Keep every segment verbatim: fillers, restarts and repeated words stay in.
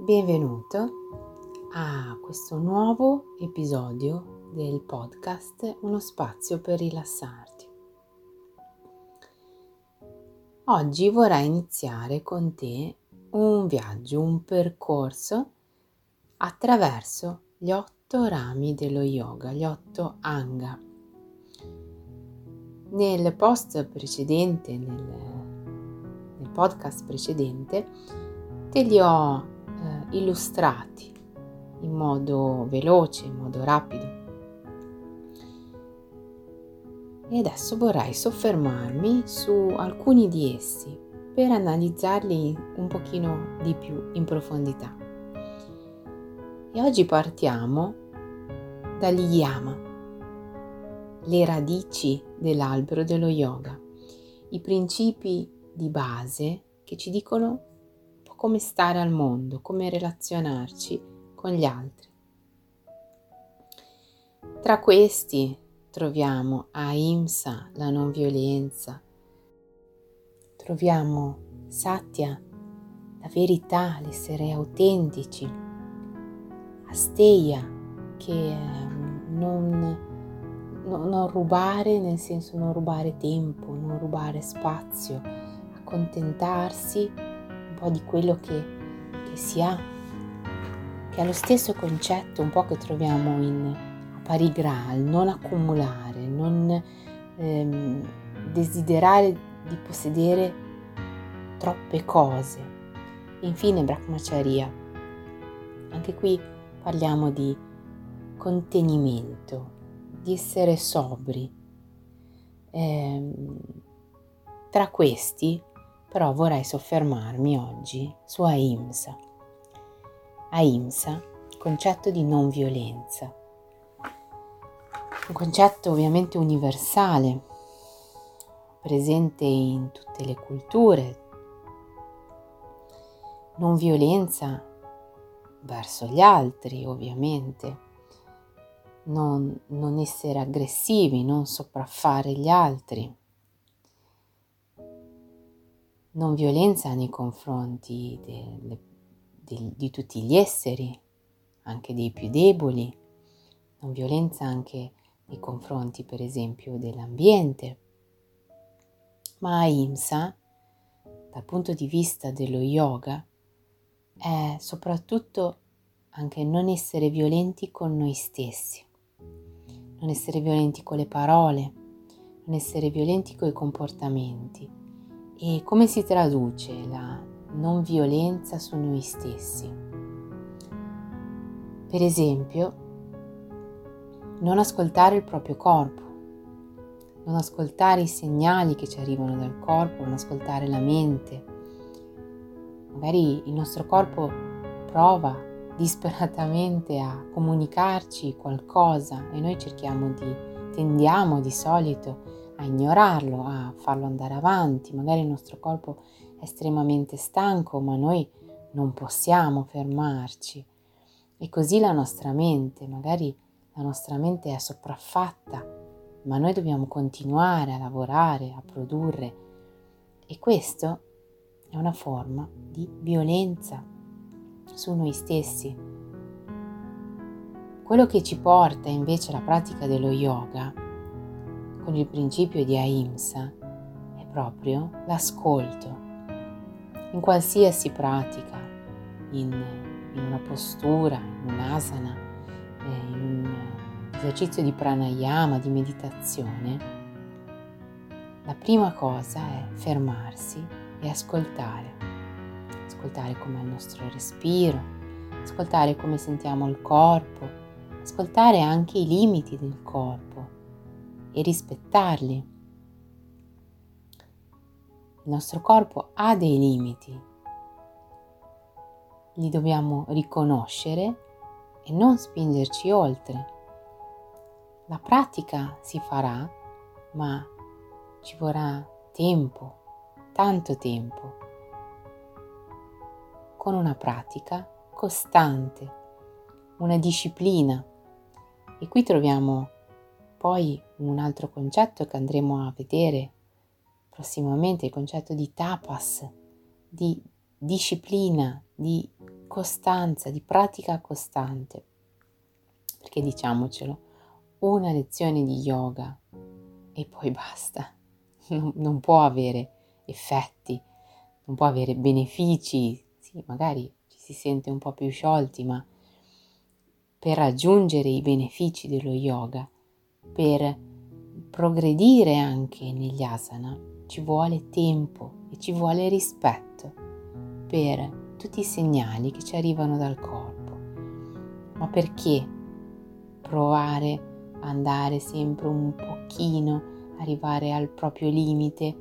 Benvenuto a questo nuovo episodio del podcast Uno spazio per rilassarti. Oggi vorrei iniziare con te un viaggio, un percorso attraverso gli otto rami dello yoga, gli otto anga. Nel post precedente, nel, nel podcast precedente, te li ho eh, illustrati in modo veloce, in modo rapido. E adesso vorrei soffermarmi su alcuni di essi per analizzarli un pochino di più in profondità. E oggi partiamo dagli yama, le radici dell'albero dello yoga, i principi di base che ci dicono un po' come stare al mondo, come relazionarci con gli altri. Tra questi troviamo ahimsa, la non violenza, troviamo satya, la verità, l'essere autentici, asteya, che è non, non, non rubare, nel senso non rubare tempo, non rubare spazio, accontentarsi un po' di quello che, che si ha, che è lo stesso concetto un po' che troviamo in Parigral, non accumulare, non ehm, desiderare di possedere troppe cose. Infine Brahmacharya, anche qui parliamo di contenimento, di essere sobri. Ehm, tra questi però vorrei soffermarmi oggi su ahimsa. Ahimsa, concetto di non violenza. Un concetto ovviamente universale, presente in tutte le culture. Non violenza verso gli altri, ovviamente. Non, non essere aggressivi, non sopraffare gli altri. Non violenza nei confronti de, de, di tutti gli esseri, anche dei più deboli. Non violenza anche nei confronti, per esempio, dell'ambiente. Ma ahimsa, dal punto di vista dello yoga, è soprattutto anche non essere violenti con noi stessi, non essere violenti con le parole, non essere violenti con i comportamenti. E come si traduce la non violenza su noi stessi? Per esempio, non ascoltare il proprio corpo, non ascoltare i segnali che ci arrivano dal corpo, non ascoltare la mente. Magari il nostro corpo prova disperatamente a comunicarci qualcosa e noi cerchiamo di, tendiamo di solito a ignorarlo, a farlo andare avanti. Magari il nostro corpo è estremamente stanco, ma noi non possiamo fermarci. E così la nostra mente, magari la nostra mente è sopraffatta, ma noi dobbiamo continuare a lavorare, a produrre. E questo è una forma di violenza su noi stessi. Quello che ci porta invece alla pratica dello yoga, con il principio di ahimsa, è proprio l'ascolto. In qualsiasi pratica, in, in una postura, in un'asana, in un esercizio di pranayama, di meditazione, la prima cosa è fermarsi e ascoltare. Ascoltare com'è il nostro respiro, ascoltare come sentiamo il corpo, ascoltare anche i limiti del corpo e rispettarli. Il nostro corpo ha dei limiti, li dobbiamo riconoscere e non spingerci oltre. La pratica si farà, ma ci vorrà tempo, tanto tempo, con una pratica costante, una disciplina. E qui troviamo poi un altro concetto che andremo a vedere prossimamente, il concetto di tapas, di disciplina, di costanza, di pratica costante, perché diciamocelo, una lezione di yoga e poi basta, non, non può avere effetti, non può avere benefici, sì, magari ci si sente un po' più sciolti, ma per raggiungere i benefici dello yoga, per progredire anche negli asana, ci vuole tempo e ci vuole rispetto per tutti i segnali che ci arrivano dal corpo. Ma perché provare a andare sempre un pochino, arrivare al proprio limite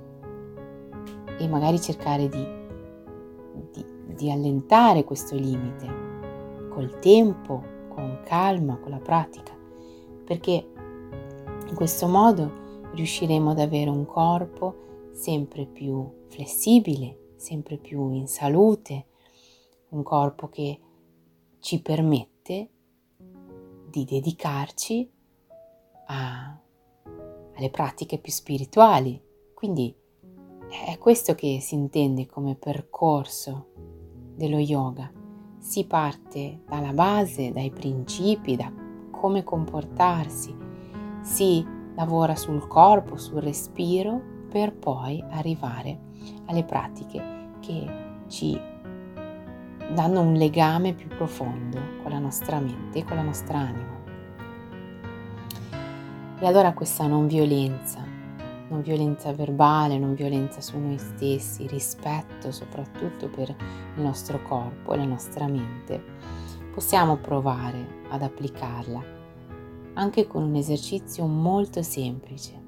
e magari cercare di, di, di allentare questo limite col tempo, con calma, con la pratica, perché in questo modo riusciremo ad avere un corpo sempre più flessibile, sempre più in salute, un corpo che ci permette di dedicarci a, alle pratiche più spirituali. Quindi è questo che si intende come percorso dello yoga. Si parte dalla base, dai principi, da come comportarsi, si lavora sul corpo, sul respiro, per poi arrivare alle pratiche che ci danno un legame più profondo con la nostra mente e con la nostra anima. E allora questa non violenza, non violenza verbale, non violenza su noi stessi, rispetto soprattutto per il nostro corpo e la nostra mente, possiamo provare ad applicarla anche con un esercizio molto semplice.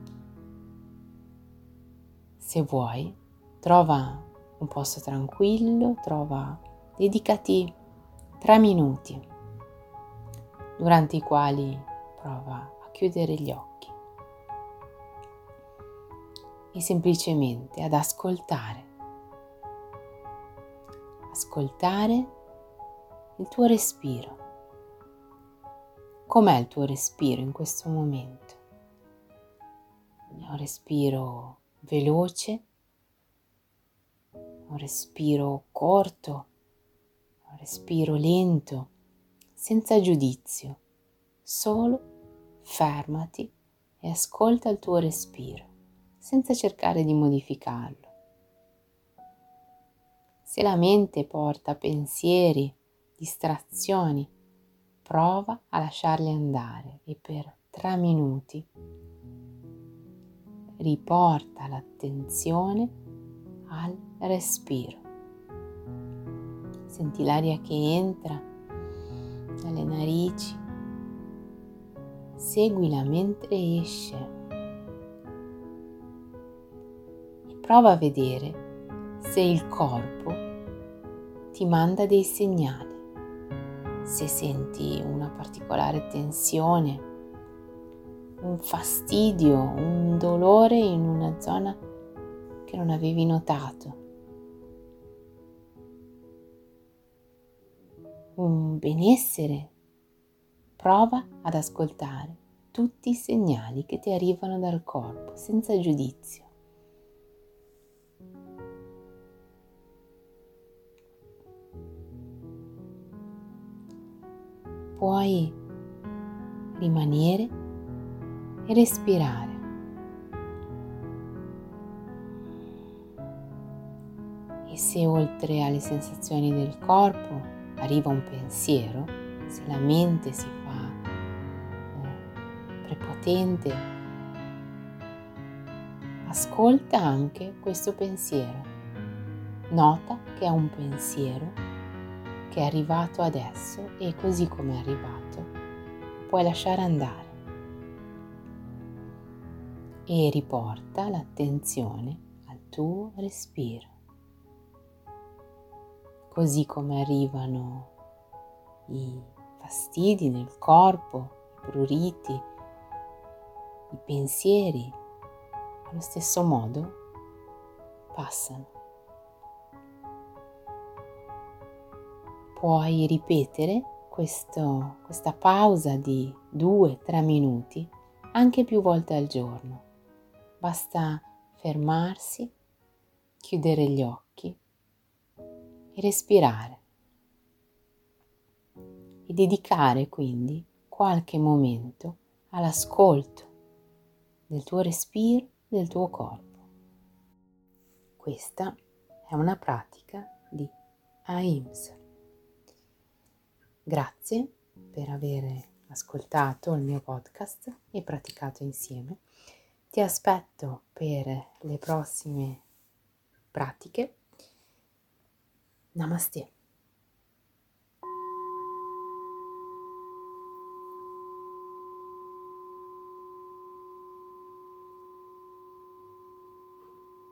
Se vuoi, trova un posto tranquillo, trova, dedicati tre minuti, durante i quali prova a chiudere gli occhi e semplicemente ad ascoltare, ascoltare il tuo respiro. Com'è il tuo respiro in questo momento? È un respiro veloce, un respiro corto, un respiro lento, senza giudizio, solo fermati e ascolta il tuo respiro, senza cercare di modificarlo. Se la mente porta pensieri, distrazioni, prova a lasciarli andare e per tre minuti riporta l'attenzione al respiro. Senti l'aria che entra dalle narici, seguila mentre esce e prova a vedere se il corpo ti manda dei segnali. Se senti una particolare tensione, un fastidio, un dolore in una zona che non avevi notato, un benessere, prova ad ascoltare tutti i segnali che ti arrivano dal corpo senza giudizio. Puoi rimanere e respirare. E se oltre alle sensazioni del corpo arriva un pensiero, se la mente si fa eh, prepotente, ascolta anche questo pensiero. Nota che è un pensiero che è arrivato adesso e così come è arrivato puoi lasciare andare e riporta l'attenzione al tuo respiro. Così come arrivano i fastidi nel corpo, i pruriti, i pensieri, allo stesso modo passano. Puoi ripetere questo, questa pausa di due tre minuti anche più volte al giorno. Basta fermarsi, chiudere gli occhi e respirare. e dedicare quindi qualche momento all'ascolto del tuo respiro, del tuo corpo. Questa è una pratica di Ahimsa. Grazie per aver ascoltato il mio podcast e praticato insieme. Ti aspetto per le prossime pratiche. Namaste.